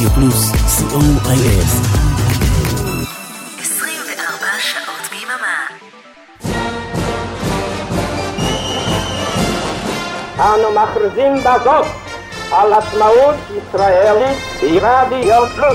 רדיו פלוס, COIL. 24 שעות ביממה. אנו מכריזים בזאת על עצמאות ישראלית ברדיו פלוס.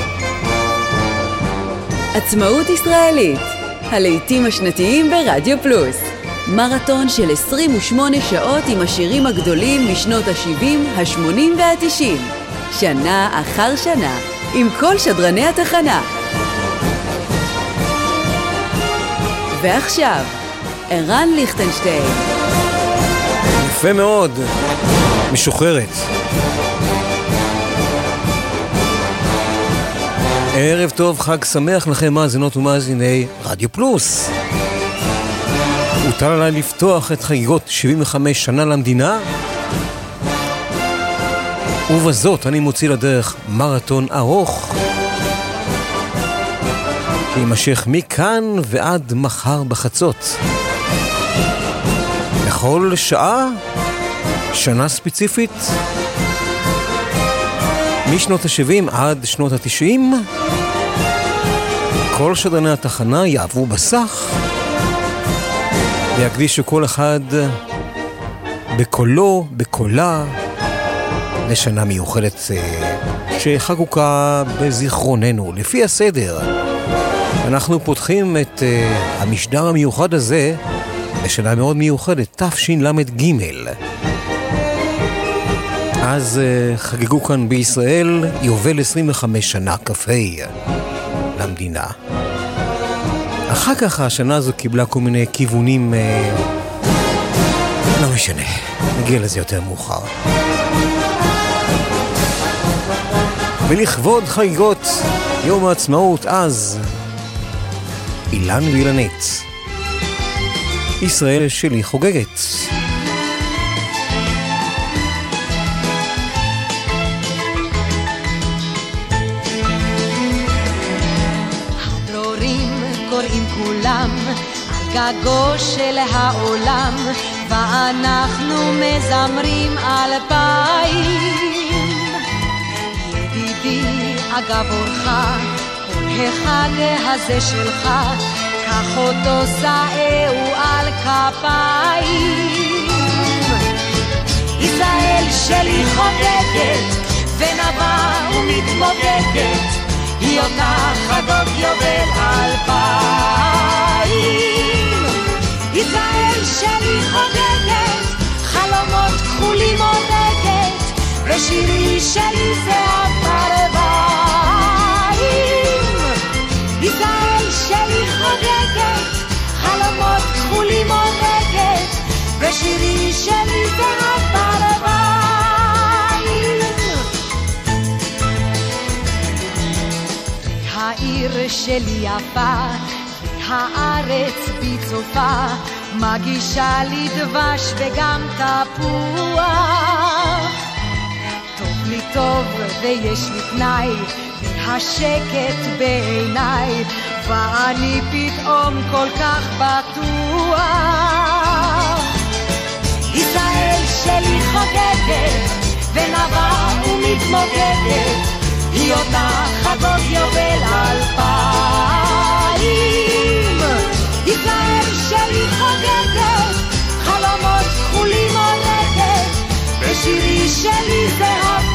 עצמאות ישראלית, הלהיטים השנתיים ברדיו פלוס. מרתון של 28 שעות עם השירים הגדולים משנות ה-70, ה-80 וה-90. שנה אחר שנה, עם כל שדרני התחנה. ועכשיו, ערן ליכטנשטיין. יפה מאוד, משוחררת. ערב טוב, חג שמח לכם מאזינות ומאזיני רדיו פלוס. הוטל עליי לפתוח את חגיגות 75 שנה למדינה, ובזאת אני מוציא לדרך מרתון ארוך שימשך מכאן ועד מחר בחצות. בכל שעה, שנה ספציפית, משנות ה-70 עד שנות ה-90, כל שדרני התחנה יעברו בסך ויקדישו כל אחד בקולו, בקולה, לשנה מיוחדת שחגוקה בזיכרוננו. לפי הסדר, אנחנו פותחים את המשדר המיוחד הזה בשנה מאוד מיוחדת, תשל"ג. אז חגגו כאן בישראל יובל 25 שנה כ"ה למדינה. אחר כך השנה הזו קיבלה כל מיני כיוונים, לא משנה, נגיע לזה יותר מאוחר. ולכבוד חגיגות יום העצמאות אז, אילן ואילנית, ישראל שלי חוגגת. הדרורים קוראים כולם על גגו של העולם, ואנחנו מזמרים 2000. ידידי אגב אורך, כל החג הזה שלך, קח אותו סעהו על כפיים. ישראל שלי חוגגת ונבה ומתמוגגת, היא אותה חגות יובל 2000. ישראל שלי חוגגת, חלומות כחולים עודדת, ושירי שלי זה הפרוויים. ישראל שלי חוגגת, חלומות כחולים עודדת, ושירי שלי זה הפרוויים. העיר שלי יפה, הארץ בצופה, מגישה לי דבש וגם תפוח. טוב לי טוב ויש לי תנאי, והשקט בעיניי, ואני פתאום כל כך בטוח. ישראל שלי חוגגת ונבה ומתמוגגת, היא אותה חגות יובל 2000. ישראל שלי חוגגת, חלומות כחולים עולדת, ושירי שלי זה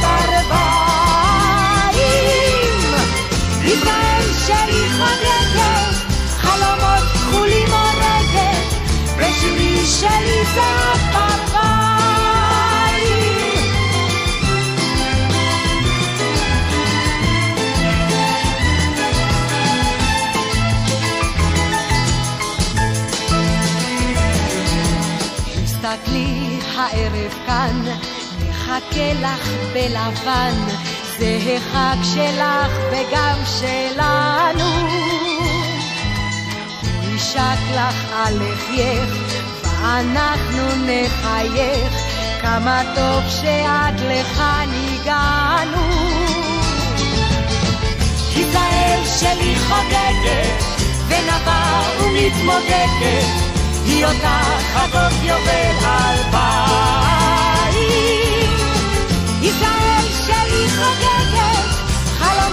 הפרוויים. ישראל שלי חוגגת, חלומות כחולים עולדת, ושירי שלי זה הפרוויים. תסתכלי הערב כאן, נחכה לך בלבן, זה החג שלך וגם שלנו. הוא ישק לך על לחייך ואנחנו נחייך, כמה טוב שעד לכאן הגענו. ישראל שלי חוגגת ונבה ומתמוגגת, היא אותה חגות יובל 2000. ישראל שלי חוגגת, חלומות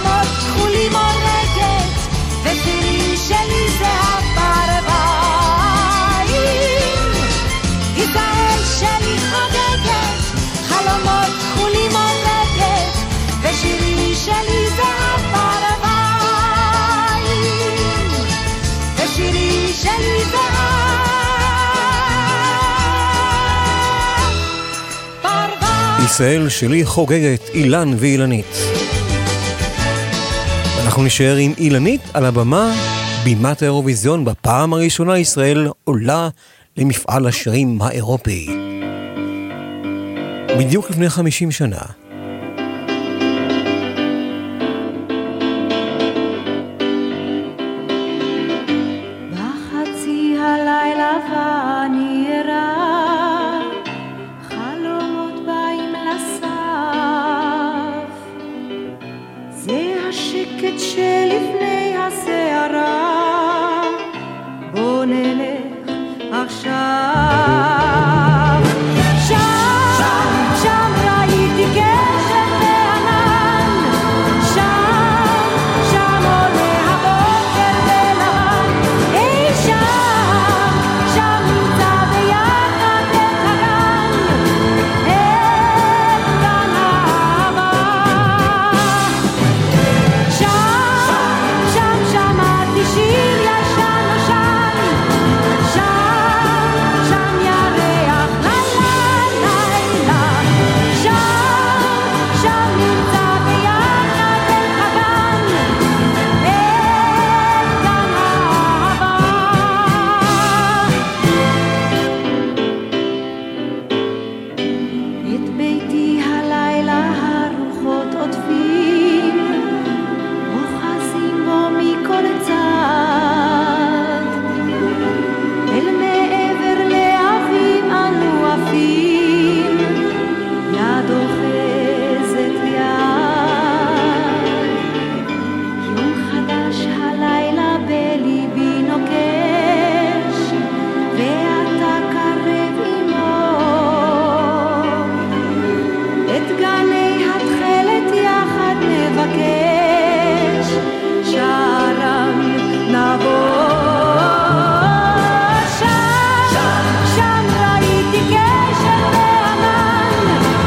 ישראל שלי חוגגת אילן ואילנית. אנחנו נשאר עם אילנית על הבמה, בימת האירוויזיון. בפעם הראשונה ישראל עולה למפעל השירים האירופי. בדיוק לפני 50 שנה. בחצי הלילה ואני ערה, חלומות באים לסף, זה השקט שלפני הסערה, בוא נלך עכשיו. שם ראיתי גשם וענן, שם עולה הבוקר בלבן, אי שם נמצא ביחד את הגן האהבה. שם שמעתי שיר ישן נושן, שם ירח לילה, שם נמצא ביחד את הגן האהבה. את ביתי הלילה הרוחות עוטפים, אוחזים בו מכל צד, אל מעבר לאבים אנו עפים, יד אוחזת יד. יום חדש הלילה בליבי נוקש, ואתה קרב עמו, את גני התכלת יחד נבקש, שרם נבוא. שם ראיתי גשם וענן,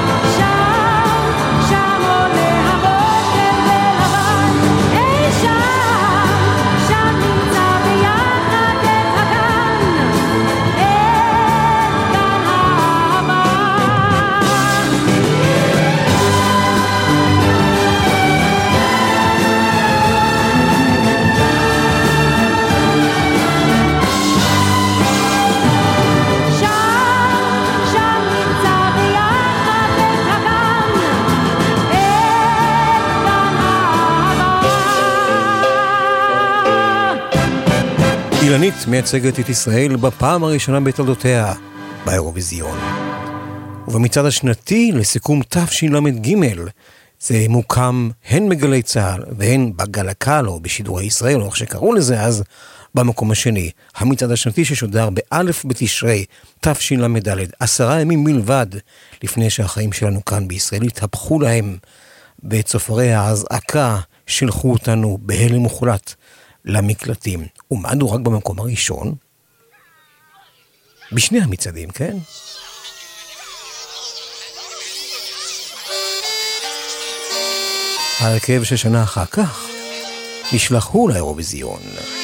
שם עולה הבוקר בלבן, אי שם נמצא ביחד את הגן האהבה. שם נמצא ביחד את הגן האהבה. אילנית מייצגת את ישראל בפעם הראשונה בתולדותיה באירוויזיון. ובמצעד השנתי לסיכום תשל"ג זה מוקם הן בגלי צה"ל והן בגלקל או בשידורי ישראל או איך שקראו לזה אז במקום השני. המצעד השנתי ששודר באלף בתשרי תשל"ד, 10 ימים בלבד לפני שהחיים שלנו כאן בישראל התהפכו להם, וצופרי ההזעקה שלחו אותנו בהלם מוחלט למקלטים. ומעדו רק במקום הראשון בשני המצעדים, כן? ההרכב ששנה אחר כך נשלחו לאירוויזיון.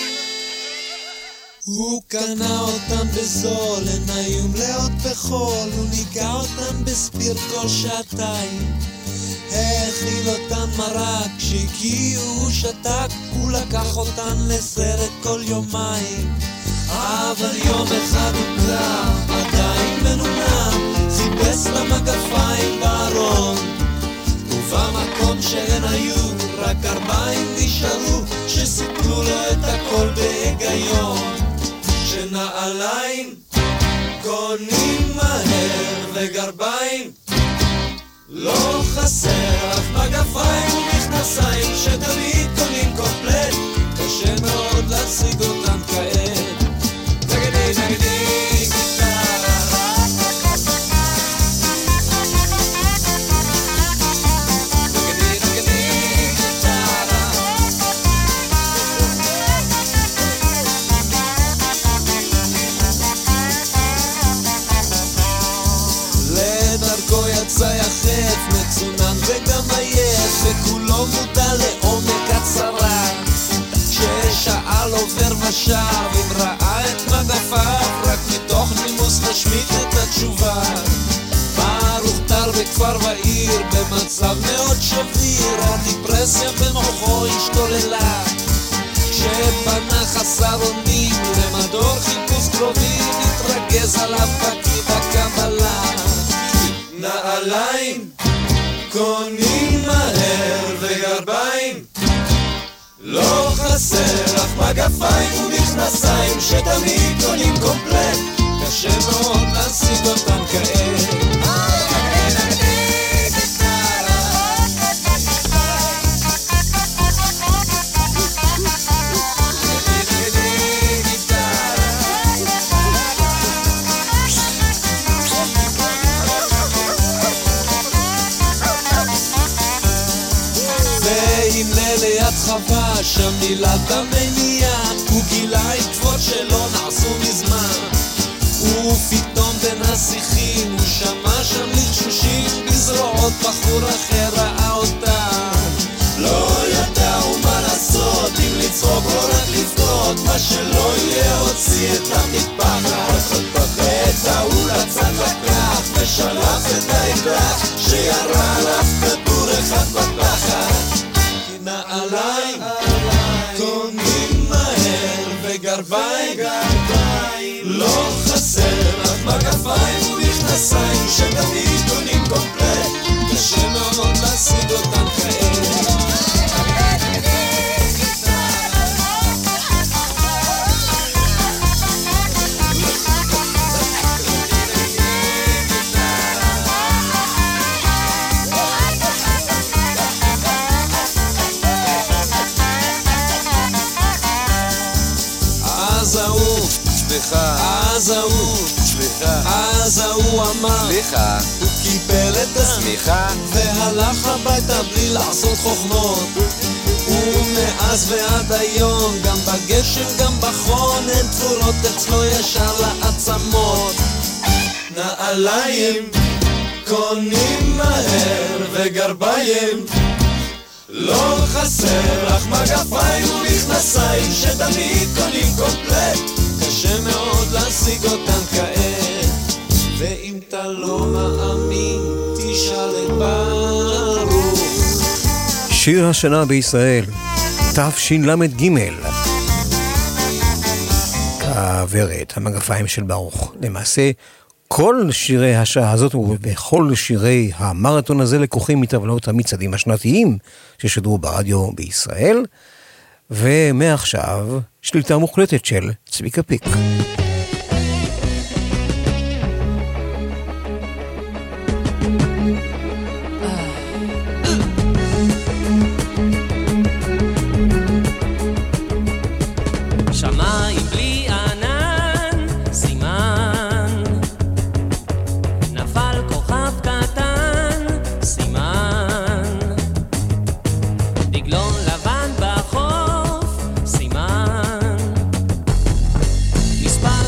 הוא קנה אותם בזול, הן היו מלאות בחול, הוא ניגע אותם בספיר כל שעתיים, האכיל אותן מרק, כשהגיעו הוא שתק, הוא לקח אותן לסרט כל יומיים, אבל יום אחד הוא קרא, עדיין מנונם, חיפש למגפיים בארון, ובמקום שהן היו, רק 4 נשארו, שסיפלו לו את הכל בהיגיון, שנעליים קונים מהר וגרביים לא חסר, אף מגפיים ומכנסיים שתמיד קונים קומפלט, קשה מאוד להשיג אותם כעת. נגדי נגדי יחף, מצונן וגם עייף, וכולו מודע לעומק הצרה, כששאל עובר משב, אם ראה את מגפיו, רק מתוך נימוס לשמיט את התשובה. ברוך תר בכפר ועיר במצב מאוד שביר, הדיפרסיה במוחו השתוללה, כשפנה חסר אונים למדור חיפוש קרובים, התרגז עליו פקיד הקבלה. נעליים קונים מהר וגרביים לא חסר, אך מגפיים ומכנסיים שתמיד קונים קומפלט, קשה מאוד להשיג אותם כעת. ליד חווה שם מילת המניעה, הוא גילה עקבות שלא נעשו מזמן, ופתאום בין השיחים הוא שמע שם לחשושים בזרועות, בחור אחר ראה אותה, לא ידעו מה לעשות, אם לצחוק או רק לבכות, מה שלא יהיה הוציא את המטפחת, את ההוא לצד לקח ושלף את האקדח שירה עליו כדור אחד בתחת. נעליים קונים מהר וגרביים לא חסר, אך מגפיים ומכנסיים שתמיד קונים קומפלט, קשה מאוד להשיג אותם כעת. אז ההוא אמר סליחה, הוא קיבל את הסליחה והלך הביתה בלי לעשות חוכמות, ומאז ועד היום גם בגשם גם בחון הן תפורות אצלו ישר לעצמות. נעליים קונים מהר וגרביים לא חסר, אך מגפיים ומכנסיים שתמיד קונים קומפלט, קשה מאוד להשיג אותם כעת. ואם אתה לא מאמין תשאל את ברוך. שיר השנה בישראל תשל"ג, כוורת המגפיים של ברוך. למעשה כל שירי השעה הזאת ובכל שירי המרתון הזה לקוחים מטבלאות המצעדים השנתיים ששודרו ברדיו בישראל, ומעכשיו שליטה מוחלטת של צביקה פיק. שמיים בלי ענן, סימן נפל כוכב קטן, סימן דגלון לבן בחוף, סימן מספר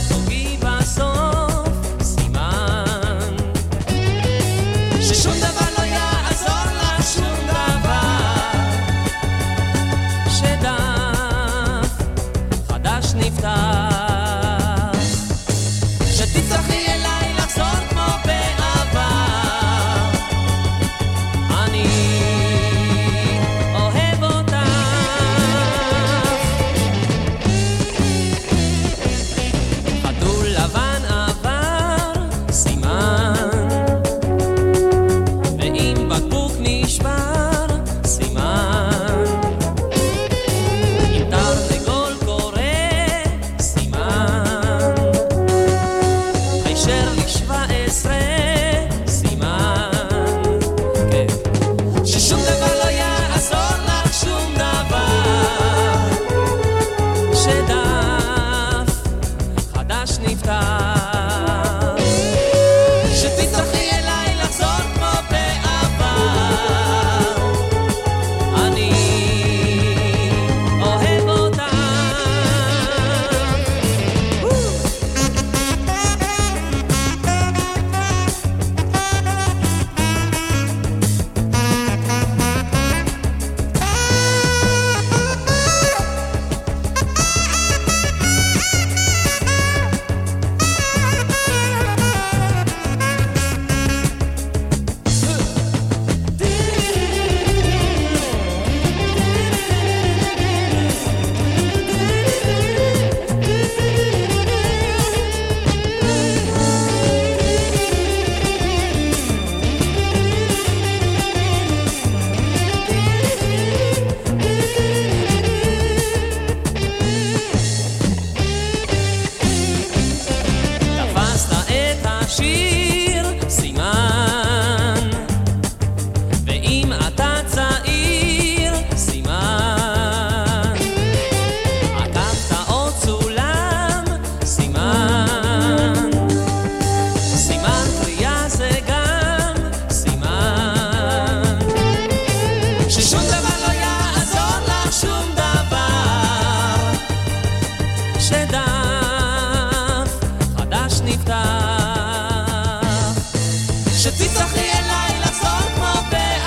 שתצטרכי אליי לחזור כמו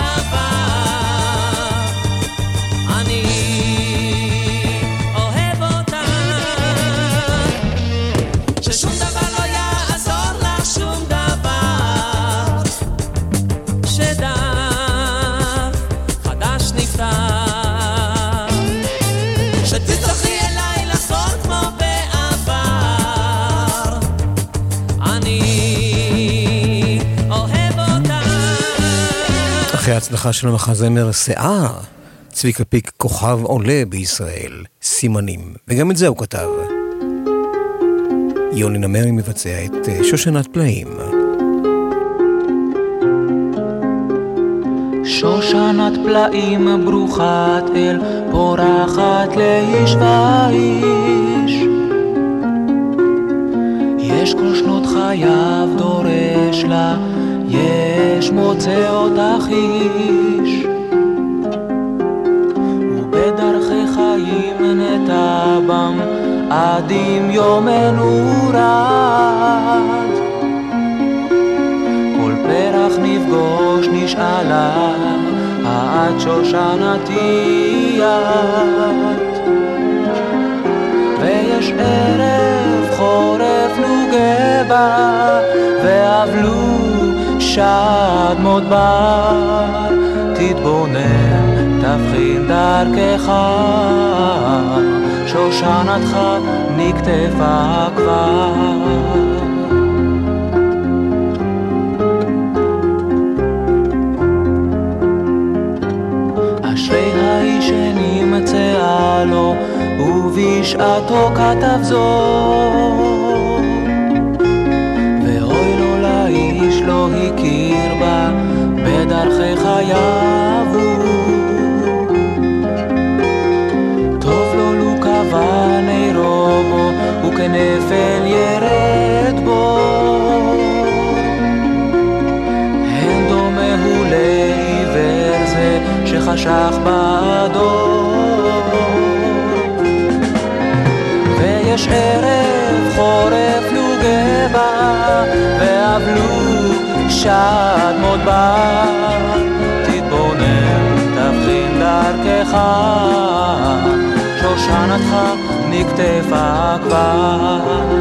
בעבר. אני אוהב אותך, ששום דבר לא יעזור לך, שום דבר, שדף חדש נפתח, שתצטרכי אליי לחזור כמו בעבר. אני אוהב אותך. אחרי ההצלחה של המחזמר שיער, צביקה פיק כוכב עולה בישראל, סימנים, וגם את זה הוא כתב. יוני נמרי מבצע את שושנת פלאים. שושנת פלאים ברוכת אל, פורחת לאיש ואיש. יש כל שנות חייו דורש לה, יש מוצא אותך איש. ובדרכי חיים נטע בם, עדים יומנו רד. כל פרח נפגוש נשאלה, עד שושנתי את. ויש ערב חורף נוגבה, ואבלו שד מודבר. תתבונן, תבחין דרכך, שושנתך נקטפה כבר. אשרי האיש שנמצאה לו, ובשעתו כתב זאת. ואוי לו לאיש לא הכיר בה, בדרכי חייו טוב לו לו קבע נערו בו, וכנפל ירד בו. הן דומה הוא לעיוור זה, שחשך בעדו. ויש ערב חורף נוגבה, ואבלו שד מודבר. תתבונן, תבחין דרכך, שושנתך נקטפה כבר.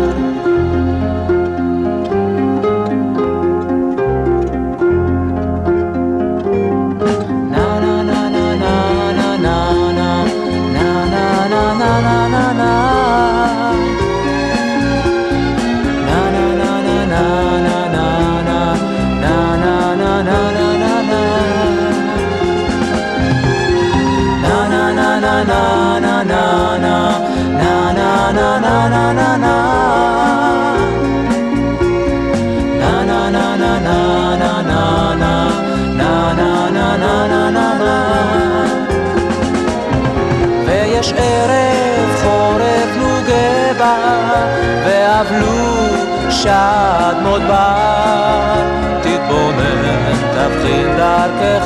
ויש ערב חורף נוגבה, ואבלו שד מודבר. תתבונן, תבחין דרכך,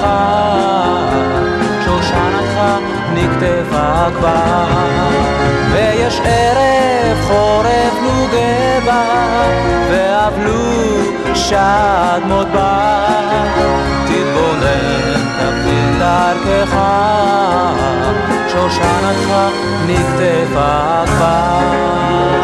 שושנתך נקטפה כבר. ויש ערב חורף נוגבה, ואבלו שד מודבר. תתבונן, תבחין דרכך, שושנתך נקטפה כבר.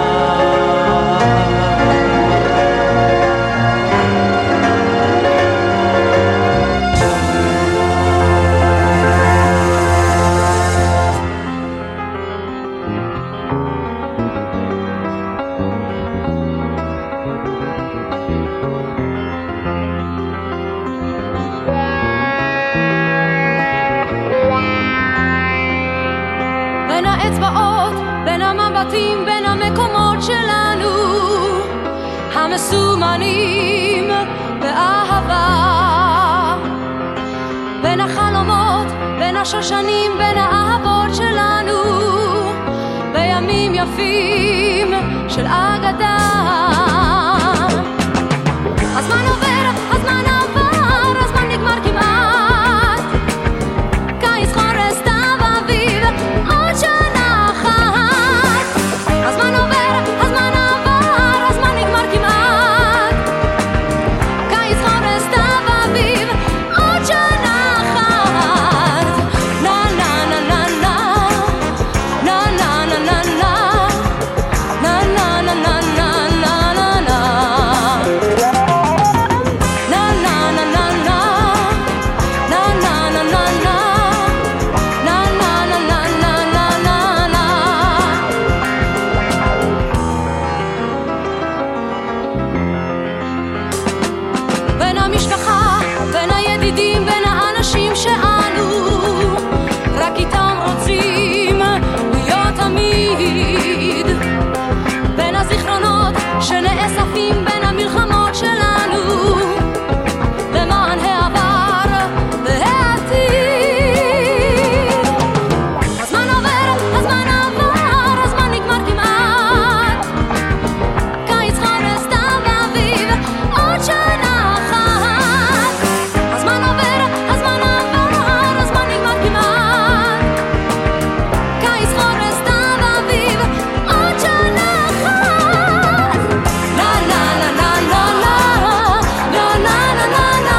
בין המקומות שלנו המסומנים באהבה, בין החלומות, בין השושנים, בין האהבות שלנו, בימים יפים של אגדה. הזמן עובר, הזמן עבר, הזמן נגמר כמעט, קיץ חורף סתיו אביב, עוד שנה אחת. הזמן עובר, הזמן עבר, הזמן נגמר כמעט, קיץ חורף סתיו בין המשפחה, בין הידידים, בין האנשים שאנו רק איתם רוצים להיות תמיד, בין הזיכרונות שנאספים, בין המלחמות שלנו למען העבר והעתיד. הזמן עובר, הזמן עבר, הזמן נגמר כמעט, קיץ חורף סתיו ואביב עוד שנה אחת. הזמן עובר, הזמן עבר, הזמן נגמר כמעט, קיץ חורף סתיו ואביב עוד שנה אחת. לה לה לה לה לה לה לה לה לה לה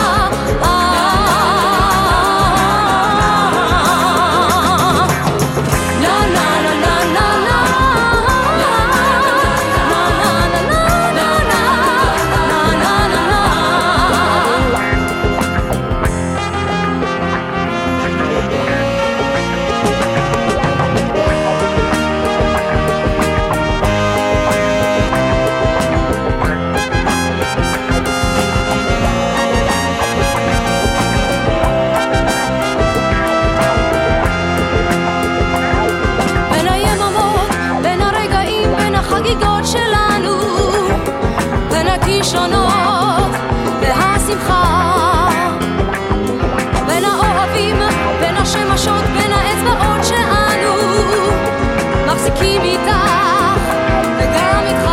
בין היממות, בין הרגעים, בין החגיגות שלנו, בין הכישרונות והשמחה, בין האוהבים, בין השמשות, בין האצבעות שאנו מחזיקים איתך וגם איתך.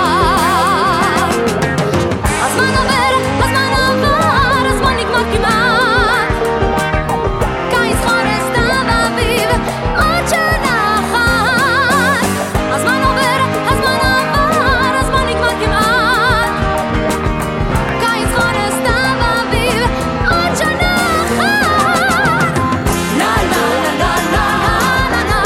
הזמן עובר, הזמן עבר, הזמן נגמר כמעט, קיץ חורף סתיו ואביב עוד שנה אחת. הזמן עובר, הזמן עבר, הזמן נגמר כמעט, קיץ חורף סתיו ואביב עוד שנה אחת. לה לה לה לה לה לה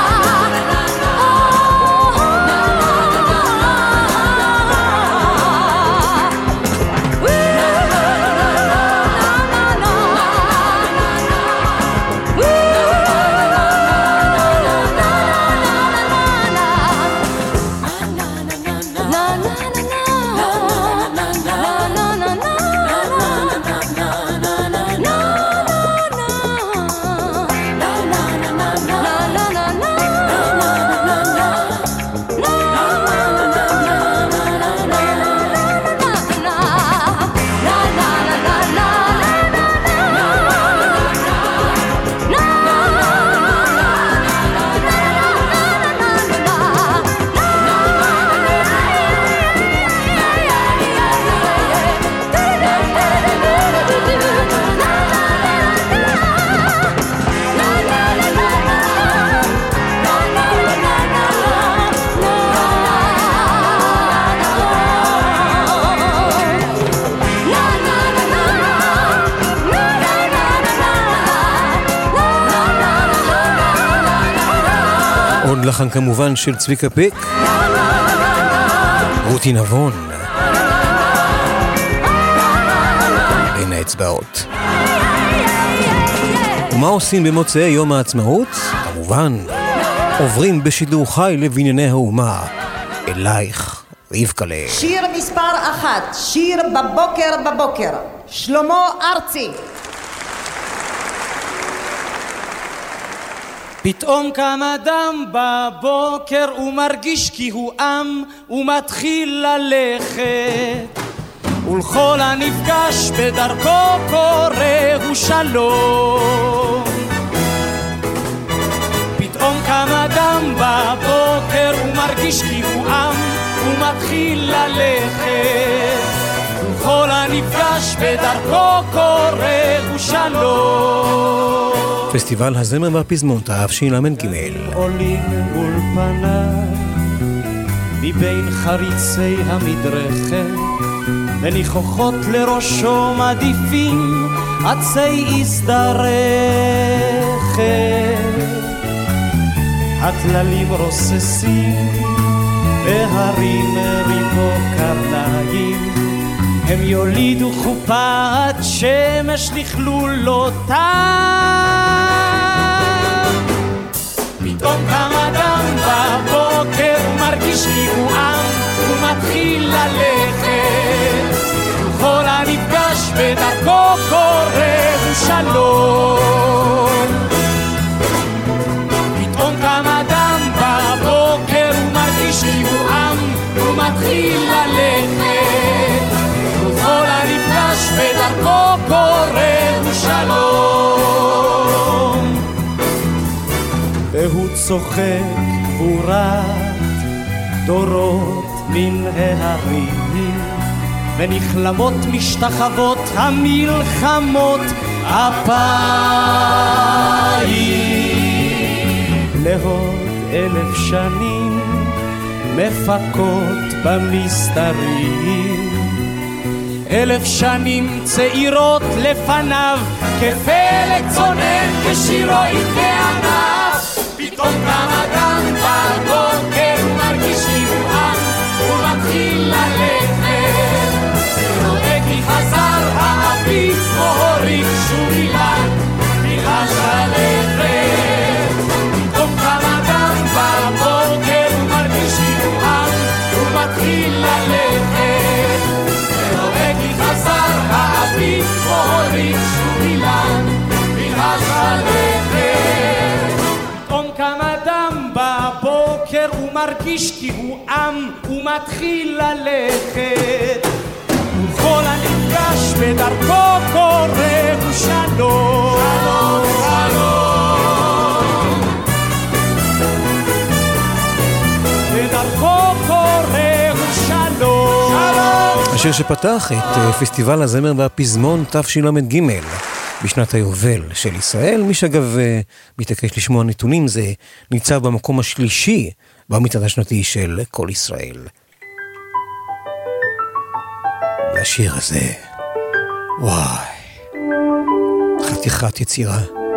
עוד לחן כמובן של צביקה פיק, רותי נבון, בין האצבעות. ומה עושים במוצאי יום העצמאות? כמובן עוברים בשידור חי לבנייני האומה. אלייך רבקלה. שיר מספר 1, שיר בבוקר בבוקר, שלמה ארצי. פתאום קם אדם בבוקר ומרגיש כי הוא עם ומתחיל ללכת, ולכל הנפגש בדרכו קורא הוא שלום. פתאום קם אדם בבוקר ומרגיש כי הוא עם ומתחיל ללכת, ולכל הנפגש בדרכו קורא הוא שלום. פסטיבל הזמר והפזמון תשל"ג. עולים מול פניו מבין חריצי המדרכת, וניחוחות לראשו מעדיפים עצי הזדרכת. הכללים רוססים והרים ריבו קרניים, הם יולידו חופת שמש לכלולותיו. פתאום קם אדם בבוקר ומרגיש כי הוא עם ומתחיל ללכת, וכל הנפגש בדרכו קורא שלום. פתאום קם אדם בבוקר ומרגיש ליבואם ומתחיל ללכת, וכל הנפגש בדרכו קורא שלום. והוא צוחק ורד דורות מן ההרים, ונכלמות משתחוות המלחמות אפיים. לעוד 1000 שנים מפקות במסתרים, 1000 שנים צעירות לפניו, כפלג צונן כשירו יתקע ענף. פתאום קם אדם בבוקר ומרגיש ליבואם ומתחיל ללכת, רואה כי חזר האביב והוריד שוב אילן מלחש ללכת. פתאום קם אדם בבוקר ומרגיש ליבואם ומתחיל ללכת, רואה כי חזר האביב והוריד שוב אילן מלחש ללכת. פתאום קם אדם בבוקר ומרגיש כי הוא עם ומתחיל ללכת, וכל הנפגש בדרכו קורא שלום. שלום, שלום. בדרכו קורא שלום. שלום. השיר שפתח את פסטיבל הזמר והפזמון תשל"ג בשנת היובל של ישראל. מי שאגב מתעקש לשמוע נתונים, זה ניצב במקום השלישי במצעד השנתי של כל ישראל. והשיר הזה, וואי, חתיכת יצירה.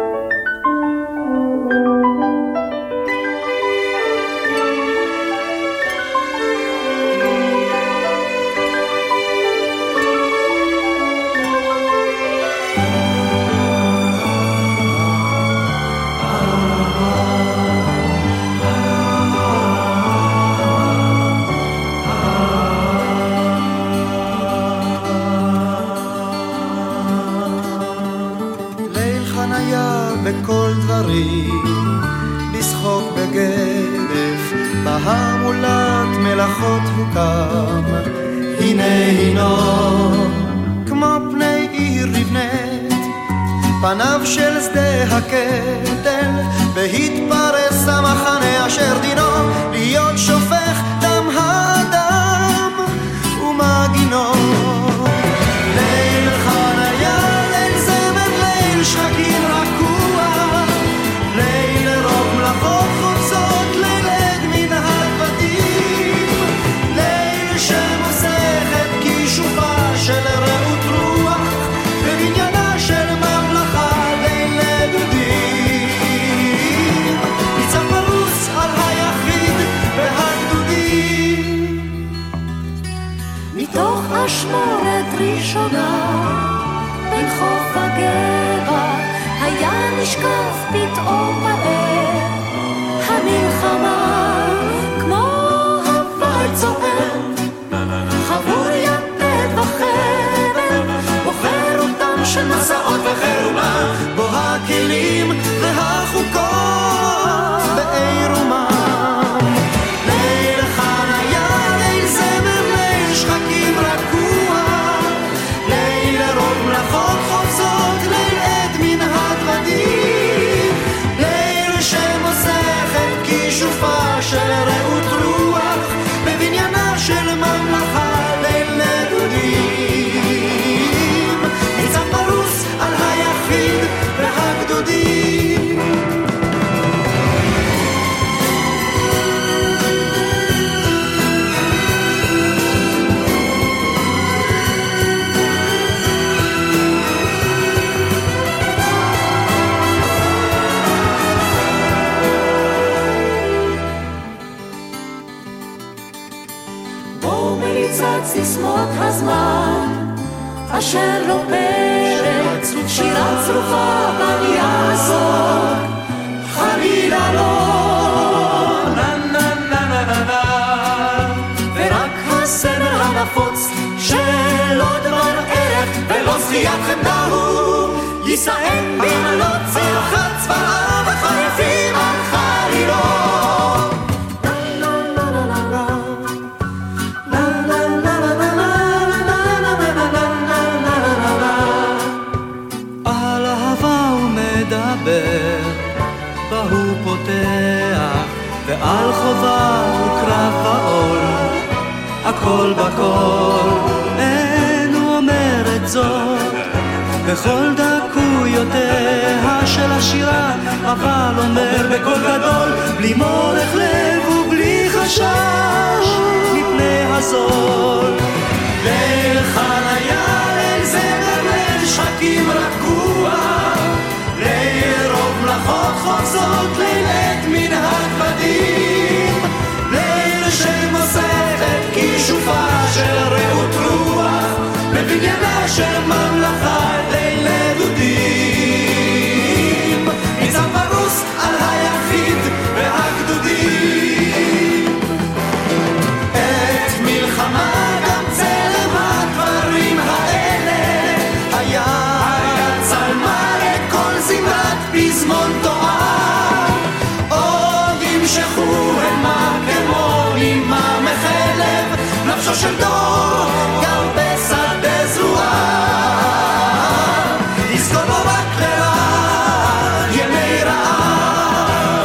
בכל דברים, לשחוק בגרף, בהמולת מלאכות הוקם. הנה הינו, כמו פני עיר נבנית, פניו של שדה הקטל, בהתפרס המחנה אשר דינו, להיות שופך דם האדם ומגינו. ליל חניה, ליל זמר, ליל שחקים רכוע, ליל רוב מלאכות חוצות, ליל עד מן הדבטים, ליל שמוסכת כישופה של רעות רוח, בבניינה של ממלכה, ליל דודים, ניצב פרוס על היחיד והגדודים. מתוך אשמורת ראשונה בין חוף הגבע היה נשקף פתאום מראה המלחמה, כמו הוואי צוען חבור יתד וחבל, בוחר אותם של מסעות וחירומה, בו הכלים והחוקות בעירומה. ליל חניה, ליל זמר, ליל שחקים רכוע, ליל רוב מלאכות חופזות, ליל עד מן הדבטים, ליל שמוסכת כישופה של רעות רוח, בבניינה של ממלכה, ליל נדודים, ניצב פרוס על היחיד והגדודים. בואו מליצת סיסמות הזמן אשר לא פרק, שירה צרופה בל יעזור, חלילה לא נה נה נה נה נה נה, ורק הסמל הנפוץ שלא דבר ערך ולא זכיית חמדה הוא, יישאם במלות צלחת צבאה וחריפים על חלילות. על אהבה הוא מדבר, בה הוא פותח, ועל חובה הוא קרב בעול, הכל בכל, אין הוא אומר את זאת, בכל דקויותיה של השירה, אבל אומר בקול גדול, בלי מורך לב ובלי חשש, מפני הזול. ליל חניה, ליל זמר, ליל שחקים רגוע, ליל רוב מלאכות חופזות, ליל עת מן הכבדים, ליל שמוספת כישופה של רעות רוח, בבניינה של ממלכה, ליל דודים, ניצב פרוס על היחיד והגדודים. את מלחמה גם צלם הדברים האלה היה צלמה לכל זמרת פזמון תואר, עוד ימשכו המה כמו נימה מחלב, נפשו של דור גם בשדה זרועה, יזכור בו רק לרעה ימי רעה.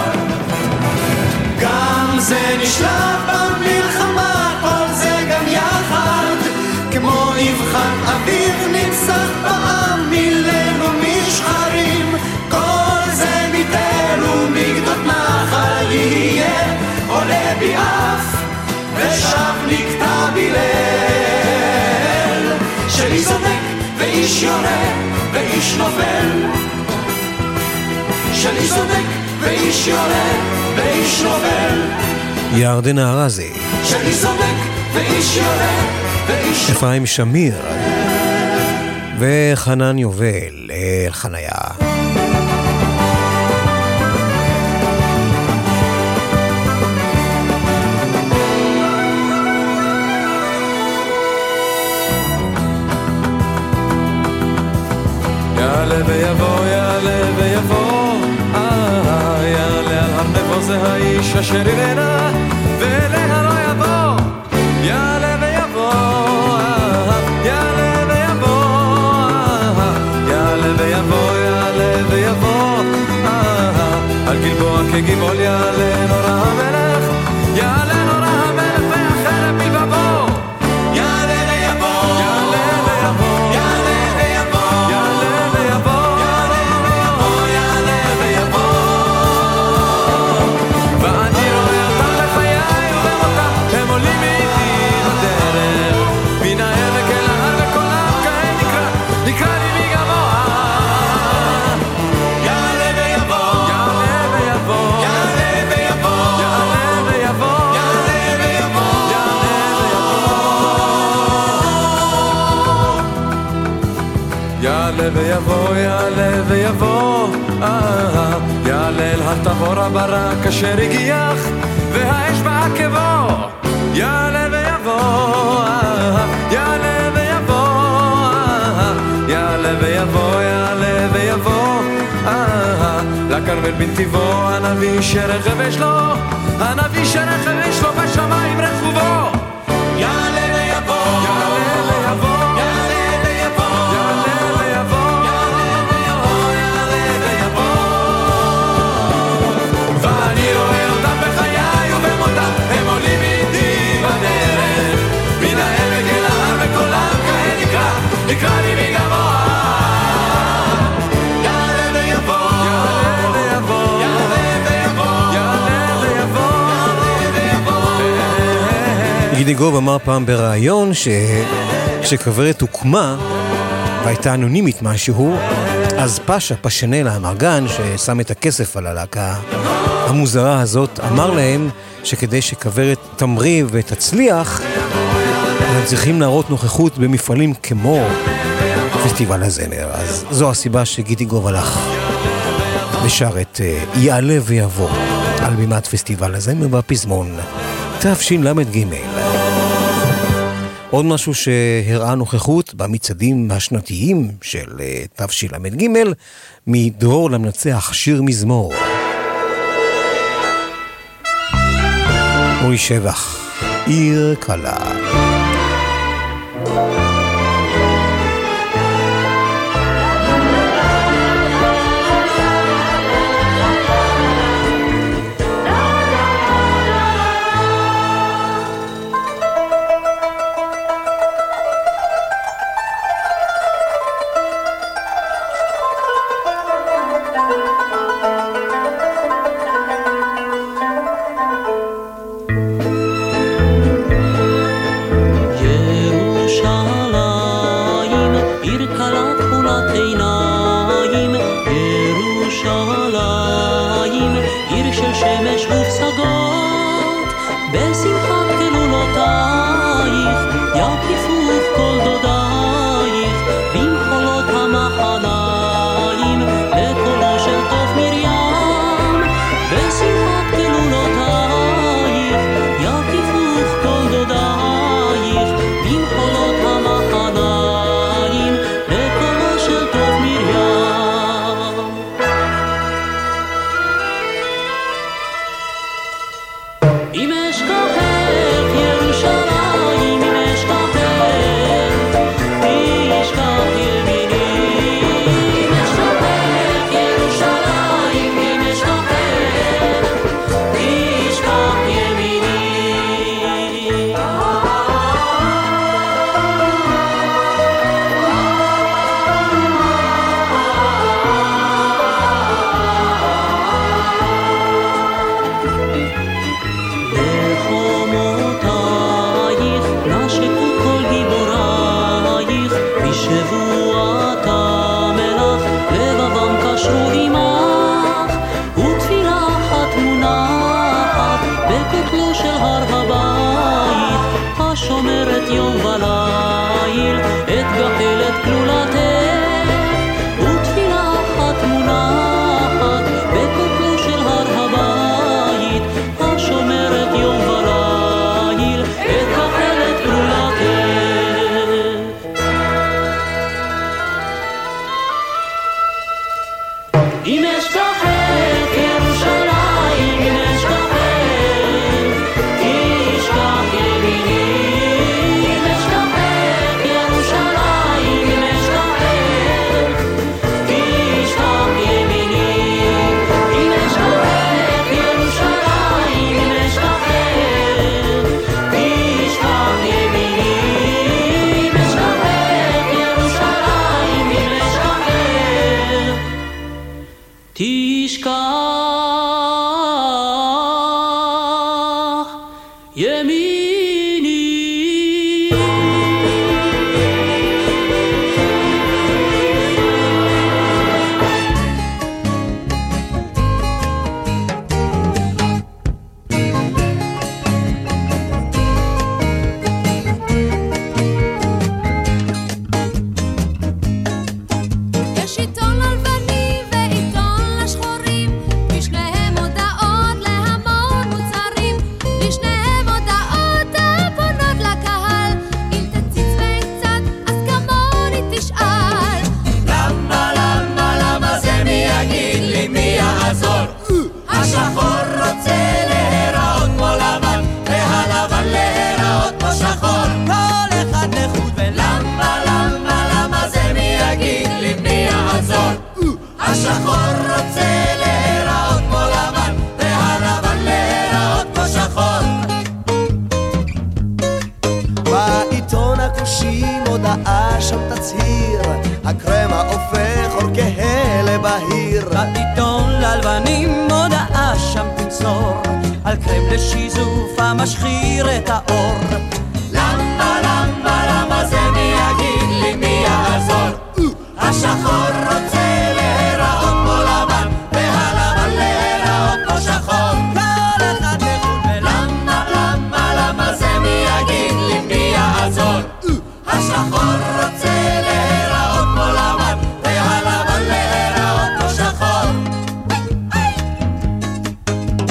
גם זה נשלח במלחמה, כל זה גם יחד, כמו נבחן אביב נפסח בעם מליל ומשחרים, כל זה מתל ומגדות נחל יהיה עולה בי אף ושב נקטע בליל, שאיש צודק ואיש יורה ואיש נופל, שאיש צודק ואיש יורה ואיש נופל, ירדנה ארזי, שאיש צודק ואיש יורה ואיש אפרים שמיר וחנן יובל, ליל חניה. יעלה ויבוא, יעלה ויבוא, יעלה על הר נבו, זה האיש אשר ירנה ואליה לא יבוא. יעלה ויבוא, יעלה ויבוא, יעלה ויבוא, יעלה ויבוא, על גלבוע כגבעול יעלה נורא המלך, יעלה נורא המלך והחרב בלבבו. יעלה ויבוא, יעלה ויבוא, יעלה ויבוא, יעלה ויבוא, יעלה ויבוא, יעלה ויבוא, ואני רואה אותם בחיי ובמותם, הם עולים איתי בדרך, מן העמק אל ההר וקולם כהן נקרא, נקרא לי מגבוה. יעלה ויבוא, יעלה ויבוא, יעלה ויבוא, יעלה ויבוא, יעלה ויבוא, יעלה ויבוא, יעלה ויבוא, יעלה ויבוא, יעלה אל התבור הברק אשר הגיח והאש בעקבו. יעלה ויבוא, יעלה ויבוא, יעלה ויבוא, יעלה ויבוא, לכרמל בנתיבו, הנביא שרכב יש לו, הנביא שרכב יש לו בשמיים רכובו. יעלה ויבוא, יעלה ויבוא, יעלה ויבוא, יעלה ויבוא, יעלה ויבוא, יעלה ויבוא, ואני רואה אותם בחיי ובמותם, הם עולים איתי בדרך, מן העמק אל ההר וקולם כהן נקרא, נקרא לי מגבוה. יעלה ויבוא, יעלה ויבוא, יעלה ויבוא, יעלה ויבוא, יעלה ויבוא. גידי גוב אמר פעם בראיון שכשכוורת הוקמה והייתה אנונימית משהו, אז פאשה, פשנל האמרגן ששם את הכסף על הלהקה המוזרה הזאת, אמר להם שכדי שכוורת תמריא ותצליח הם צריכים להראות נוכחות במפעלים כמו פסטיבל הזמר. אז זו הסיבה שגידי גוב הלך ושר את יעלה ויבוא על בימת פסטיבל הזמר בפזמון תשל"ג. עוד משהו שהראה נוכחות במצעדים השנתיים של תשל"ג, מדרור למנצח שיר מזמור. אורי שבח, עיר קלה.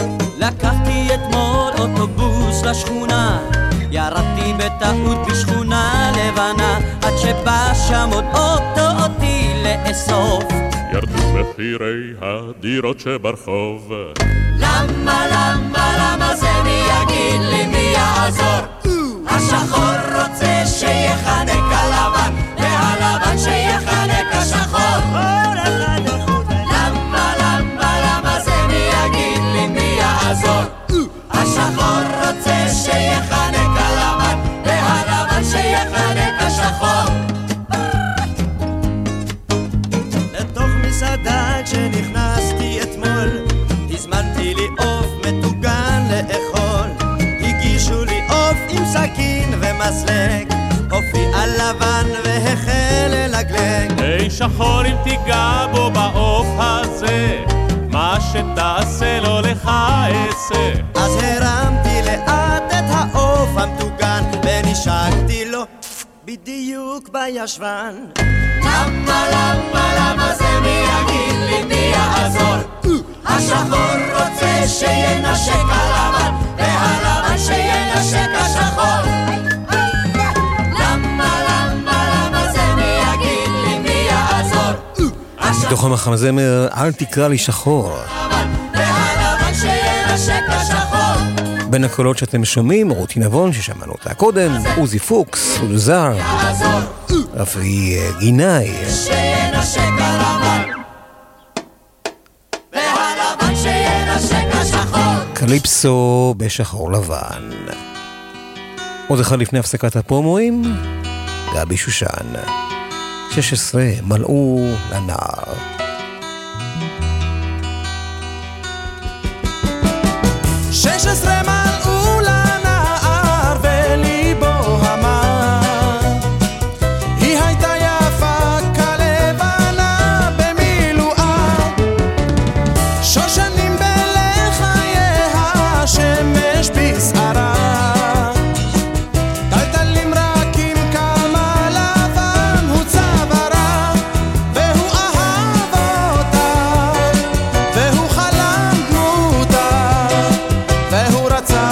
לקחתי אתמול אוטובוס לשכונה, ירדתי בטעות בשכונה לאסוף. ירדו מחירי הדירות שברחוב. למה זה מי יגיד לי מי יעזור? השחור רוצה שיחנק הלבן, והלבן שיחנק השחור. למה זה מי יגיד לי מי יעזור? השחור רוצה שיחנק הלבן, והלבן שיחנק השחור. לתוך מסעדה כשנכנסתי אתמול, הזמנתי לי עוף מטוגן לאכול. הגישו לי עוף עם סכין ומסלג, עופי על לבן והחל ללגלג. היי שחור אם תיגע בו בעוף הזה, מה שתעשה לו לך אעשה. אז הרמתי לאט את העוף המטוגן ונשקתי לו בדיוק בישבן. למה זה מי יגיד לי מי יעזור? השחור רוצה שינשק הלבן, והלבן שינשק השחור. למה זה מי יגיד לי מי יעזור? מתוך המחזמר אל תקרא לי שחור. והלבן שינשק השחור. בין הקולות שאתם שומעים, רותי נבון ששמענו אותה קודם, עוזי פוקס, סולזר, רפי גינאי, שינשק הלבן, והלבן שינשק השחור. קליפסו בשחור לבן. עוד אחד לפני הפסקת הפרומואים, גבי שושן, 16 מלאו לנער. 16 מלאו לנער וליבו המר, היא הייתה יפה כלבנה במילואה, שושנים בלחייה שמש בשערה, טלטלים רכים כמה לבן הוא צווארה, והוא אהב אותה והוא חלם דמותה והוא רצה,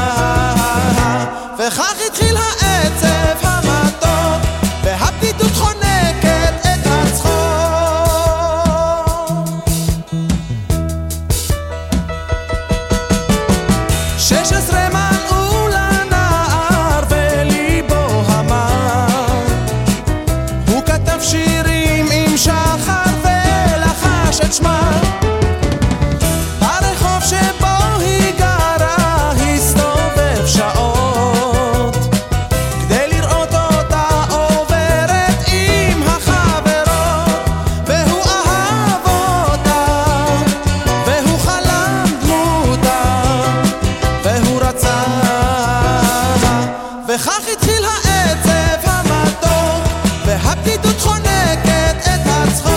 וכך התחיל העצב המתוק והבדידות חונקת את הצחוק. 16 מלאו לנער וליבו המר, הוא כתב שירים עם שחר ולחש את שמה, ברחוב שבו היא גרה הסתובב שעות כדי לראות אותה עוברת עם החברות, והוא אהב אותה והוא חלם דמותה והוא רצה, וכך התחיל העצב המתוק והבדידות חונקת את הצחוק.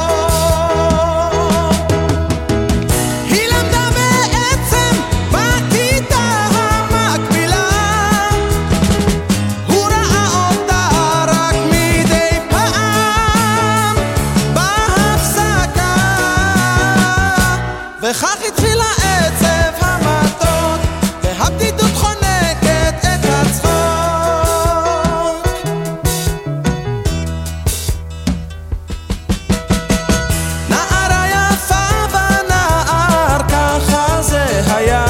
היא למדה בעצם בכיתה המקבילה, הוא ראה אותה רק מדי פעם בהפסקה, וכך התחיל העצב המתוק והבדידות חונקת את הצחוק. נערה יפה ונער ככה זה היה,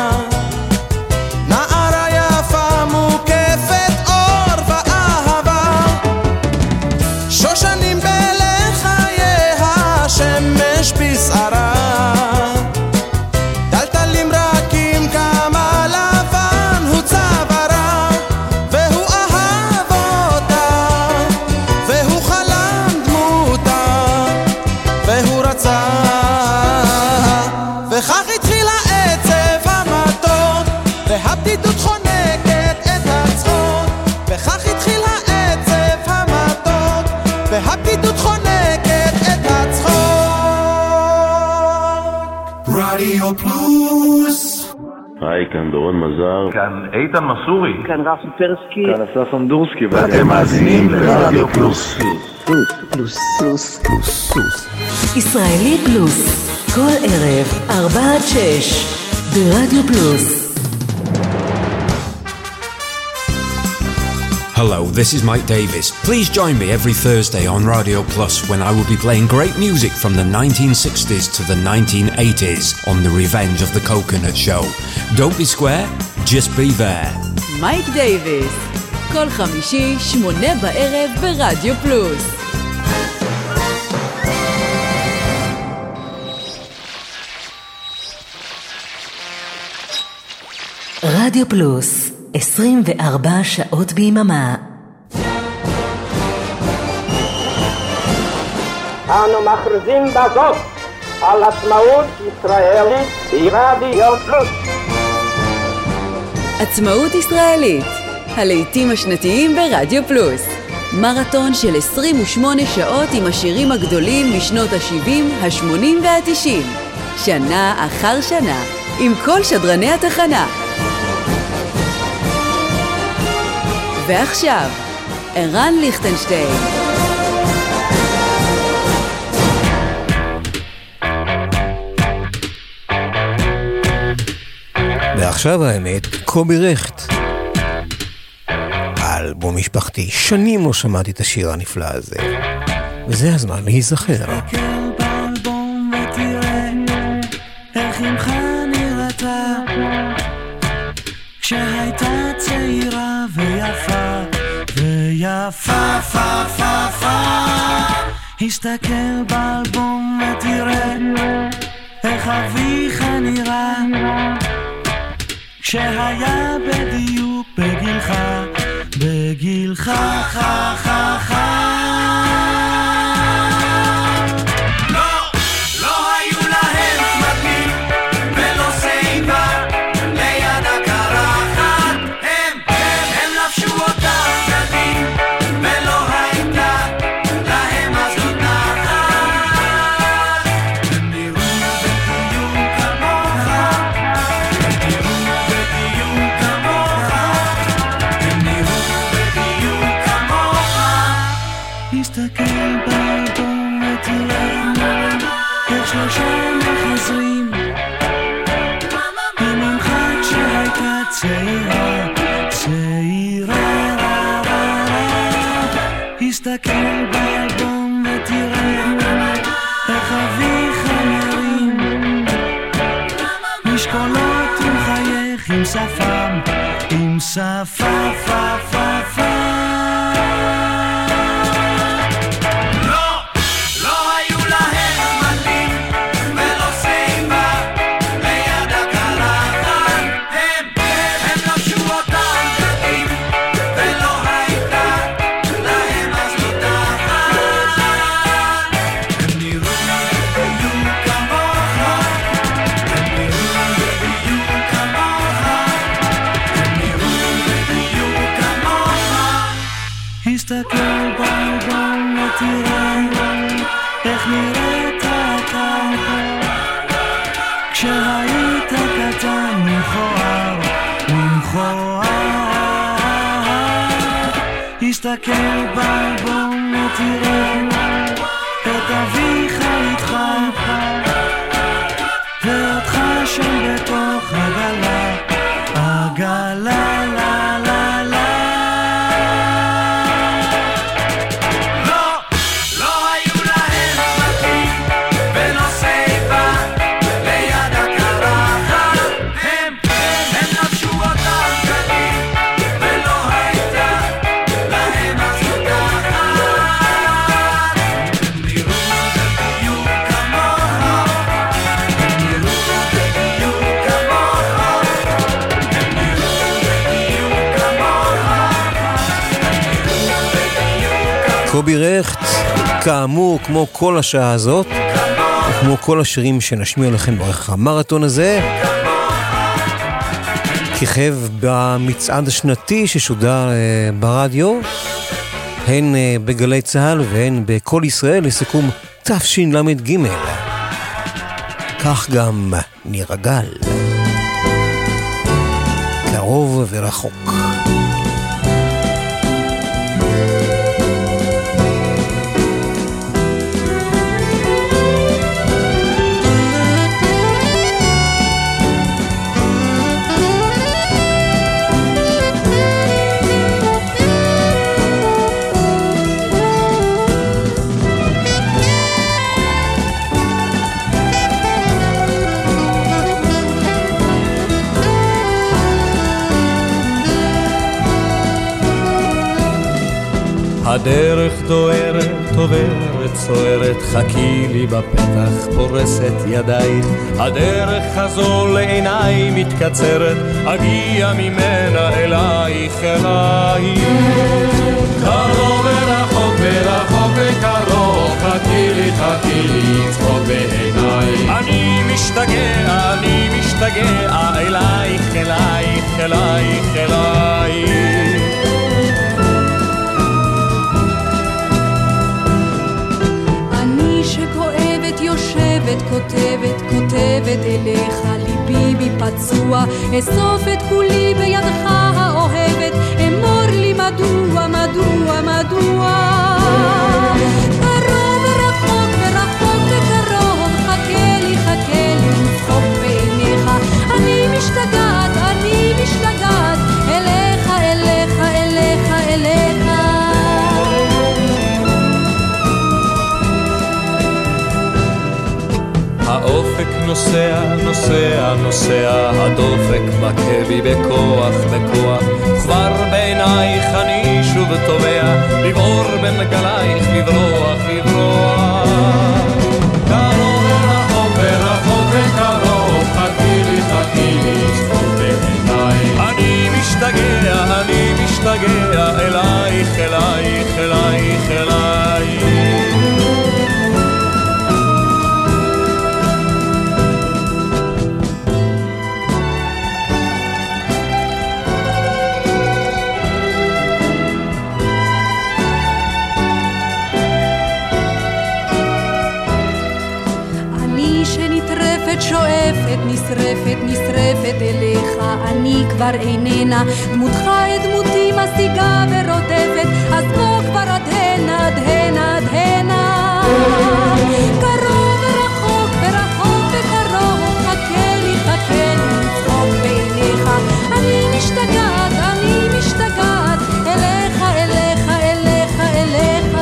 נערה יפה מוקפת אור ואהבה, שושנים בלחייה שמש בשערה, טלטלים רכים כמה לבן הוא צווארה, והוא אהב אותה והוא חלם דמותה והוא רצה, וכך התחיל העצב המתוק והבדידות חונקת את הצחוק, וכך התחיל העצב המתוק והבדידות חונקת את הצחוק. רדיו פלוס. היי, כאן דורון מזר. כאן איתן מסורי. כאן רפי פרסקי. כאן אסף אמדורסקי. ואתם מאזינים לרדיו פלוס. פלוס. ישראלי פלוס, כל ערב 4-6 ברדיו פלוס. Hello, this is Mike Davis. Please join me every Thursday on Radio Plus when I will be playing great music from the 1960s to the 1980s on The Revenge of the Coconut Show. Don't be square, just be there. מייק דייביס, כל חמישי, 8 בערב ברדיו פלוס. רדיו פלוס, 24 שעות ביממה. אנו מכריזים בזאת על עצמאות ישראלית ברדיו פלוס. עצמאות ישראלית, הלהיטים השנתיים ברדיו פלוס. מרתון של 28 שעות עם השירים הגדולים משנות ה-70, ה-80 וה-90. שנה אחר שנה, עם כל שדרני התחנה. ועכשיו, ערן ליכטנשטיין. ועכשיו האמת, קובי רכט. האלבום משפחתי, שנים לא שמעתי את השיר הנפלא הזה. וזה הזמן להיזכר. תסתכל באלבום ותראה איך אמך נראתה כשהייתה צעירה ויפה ויפה פה פה פה. הסתכל באלבום ותראה איך אביך נראה כשהיה בדיוק בגילך בגילך חה חה חה. תסתכל באלבום ותראה איך אביך נראים משקולות ומחייך עם שפם עם שפה פה פה פה. תסתכל באלבום ותראה איך נראית אתה כשהיית קטן מכוער מכוער. תסתכל באלבום ותראה את אביך איתך ואותך שם בתוך עגלה עגלה לה לה לה. קובי רכט, כאמור, כמו כל השעה הזאת, וכמו כל השירים שנשמיע לכם באורך המרתון הזה, כיכב במצעד השנתי ששודר ברדיו, הן בגלי צהל והן בכל ישראל, לסיכום תשל"ג. כך גם ניר הגל, קרוב ורחוק. הדרך דוהרת, עוברת, סוערת, חכי לי בפתח, פורסת ידיים. הדרך הזו לעיניי מתקצרת, אגיע ממנה אלייך, אלייך. קרוב ורחוק ורחוק וקרוב, חכי לי, צחוק בעיניי. אני משתגע אלייך, אלייך, אלייך, אלייך. אני שכואבת יושבת, כותבת אליך, ליבי בי פצוע, אסוף את כולי בידך האוהבת, אמור לי מדוע, מדוע, מדוע. קרוב ורחוק ורחוק וקרוב, חכה לי, וצחוק בעיניך. אני משתגעת, אליך, אליך, אליך, אליך. האופק נוסע, נוסע, נוסע, הדופק מכה בי בכוח, בכוח. כבר בעינייך אני שוב טובע, לברור בין גלייך, לברוח, לברוח. קרוב ורחוק ורחוק וקרוב, חכי לי, צחוק בעיניי. אני משתגע אלייך, אלייך, אלייך, אלייך. שואפת, נשרפת אליך, אני כבר איננה, דמותך את דמותי משיגה ורודפת, אז בוא כבר עד הנה, עד הנה, עד הנה. קרוב ורחוק ורחוק וקרוב, חכה לי, לצחוק בעיניך. אני משתגעת, אליך, אליך, אליך, אליך.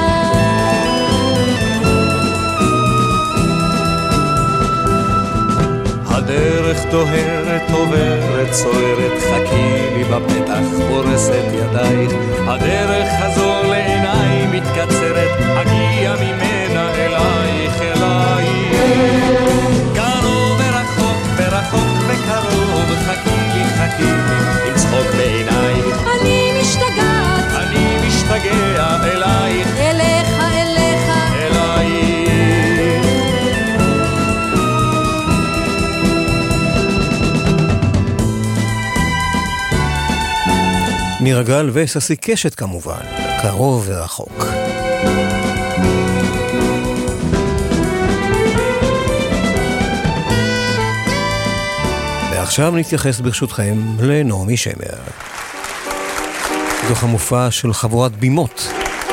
הדרך דוהרת, עוברת, סוערת, חכי לי בפתח, פורסת ידייך. הדרך הזו לעיניי מתקצרת, אגיע ממנה אלייך, אלייך. קרוב ורחוק, ורחוק וקרוב, חכי לי, עם צחוק בעינייך. אני משתגע אלייך, אליך, אליך, אלייך. נירה גל וססי קשת כמובן, קרוב ורחוק. ועכשיו נתייחס ברשותכם לנעמי שמר. דוח המופע של חבורת בימות.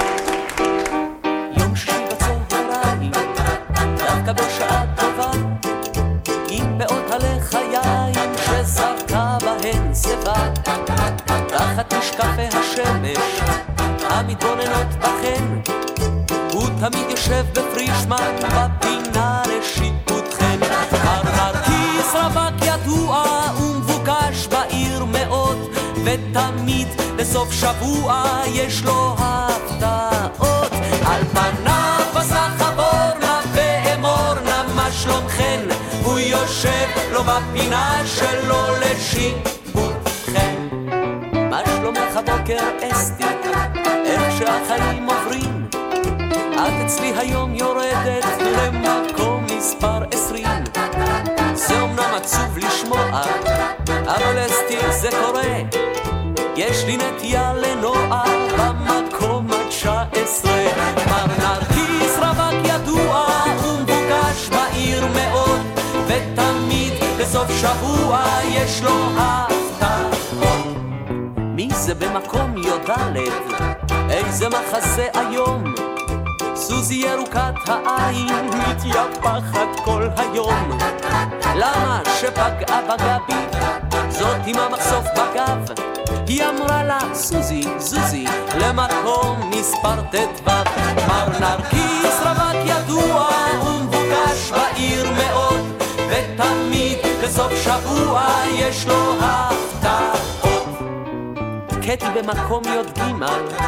יום שישי בצהריים, דווקא בשעה טובה, עם פאות הלחיים שזרקה בהן שיבה. תחת משקפי השמש המתבוננות בכן, הוא תמיד יושב בפרישמן בפינה לשיפוטכן. הנרקיס רווק ידוע ומבוקש בעיר מאוד, ותמיד בסוף שבוע יש לו הפתעות. על פניו פסח אבורנה ואמורנה מה שלומכן, הוא יושב לו בפינה שלו לשיפוטכן. מה שלומך הבוקר אסתי, איך שהחיים עוברים? את אצלי היום יורדת למקום מספר 20. זה אומנם עצוב לשמוע, אבל אסתי זה קורה. יש לי נטייה לנוע במקום ה-19. מר נרקיס רווק ידוע ומבוקש בעיר מאוד, ותמיד בסוף שבוע יש לו הפתעות. מי זה במקום יודלת? איזה מחזה היום? סוזי ירוקת העין מתייפחת כל היום. למה שפגעה בגבי זאת עם המחשוף בגב? היא אמרה לה סוזי, זוזי למקום מספר ט"ו. מר נרקיס רווק ידוע ומבוקש בעיר מאוד, ותמיד בסוף שבוע יש לו הפתעות. קטי במקום י"ג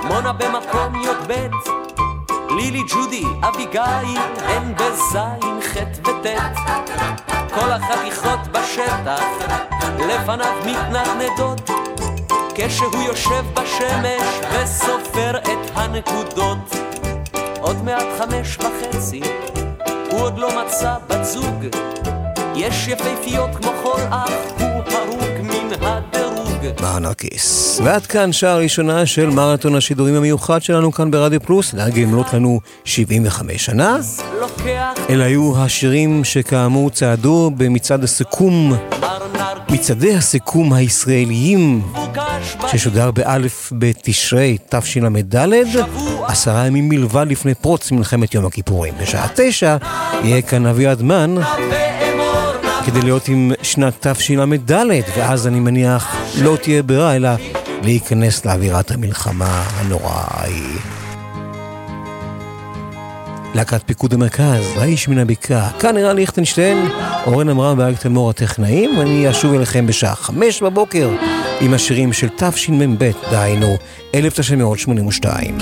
מונה במקום י"ב, לילי, ג'ודי, אביגיל, הן בזין, ח' וט'. כל החתיכות בשטח לפניו מתנדנדות, כשהוא יושב בשמש וסופר את הנקודות. עוד מעט 5:30, הוא עוד לא מצא בת זוג, יש יפהפיות כמו כל אח, הוא הרוג מן הדירוג. נרקיס. ועד כאן שעה ראשונה של מרתון השידורים המיוחד שלנו כאן ברדיו פלוס, להגיע מלות לנו 75 שנה. אלה היו השירים שכאמור צעדו במצעד הסיכום, מצעדי הסיכום הישראליים, ששודר באלף בתשרי תשל"ד, 10 ימים מלבד לפני פרוץ מלחמת יום הכיפורים. בשעה 9 יהיה כאן אביעד מן כדי להיות עם שנת תשל"ד, ואז אני מניח לא תהיה ברירה אלא להיכנס לאווירת המלחמה הנוראה ההיא. להקת פיקוד המרכז, האיש מן הבקעה, כאן נראה ליכטנשטיין, אורן אמרה באריק תלמור הטכנאים, ואני אשוב אליכם בשעה 5 בבוקר עם השירים של תשמ"ב, דהיינו 1982.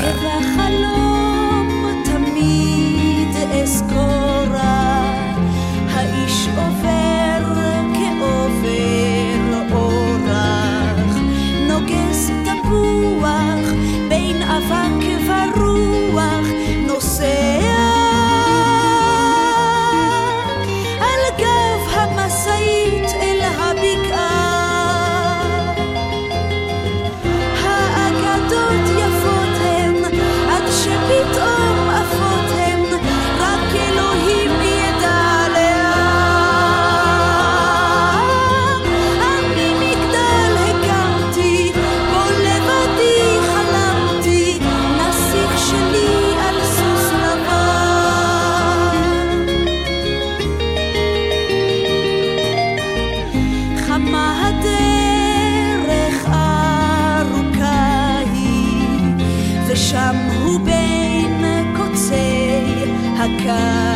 שם הוא בין קוצי הקו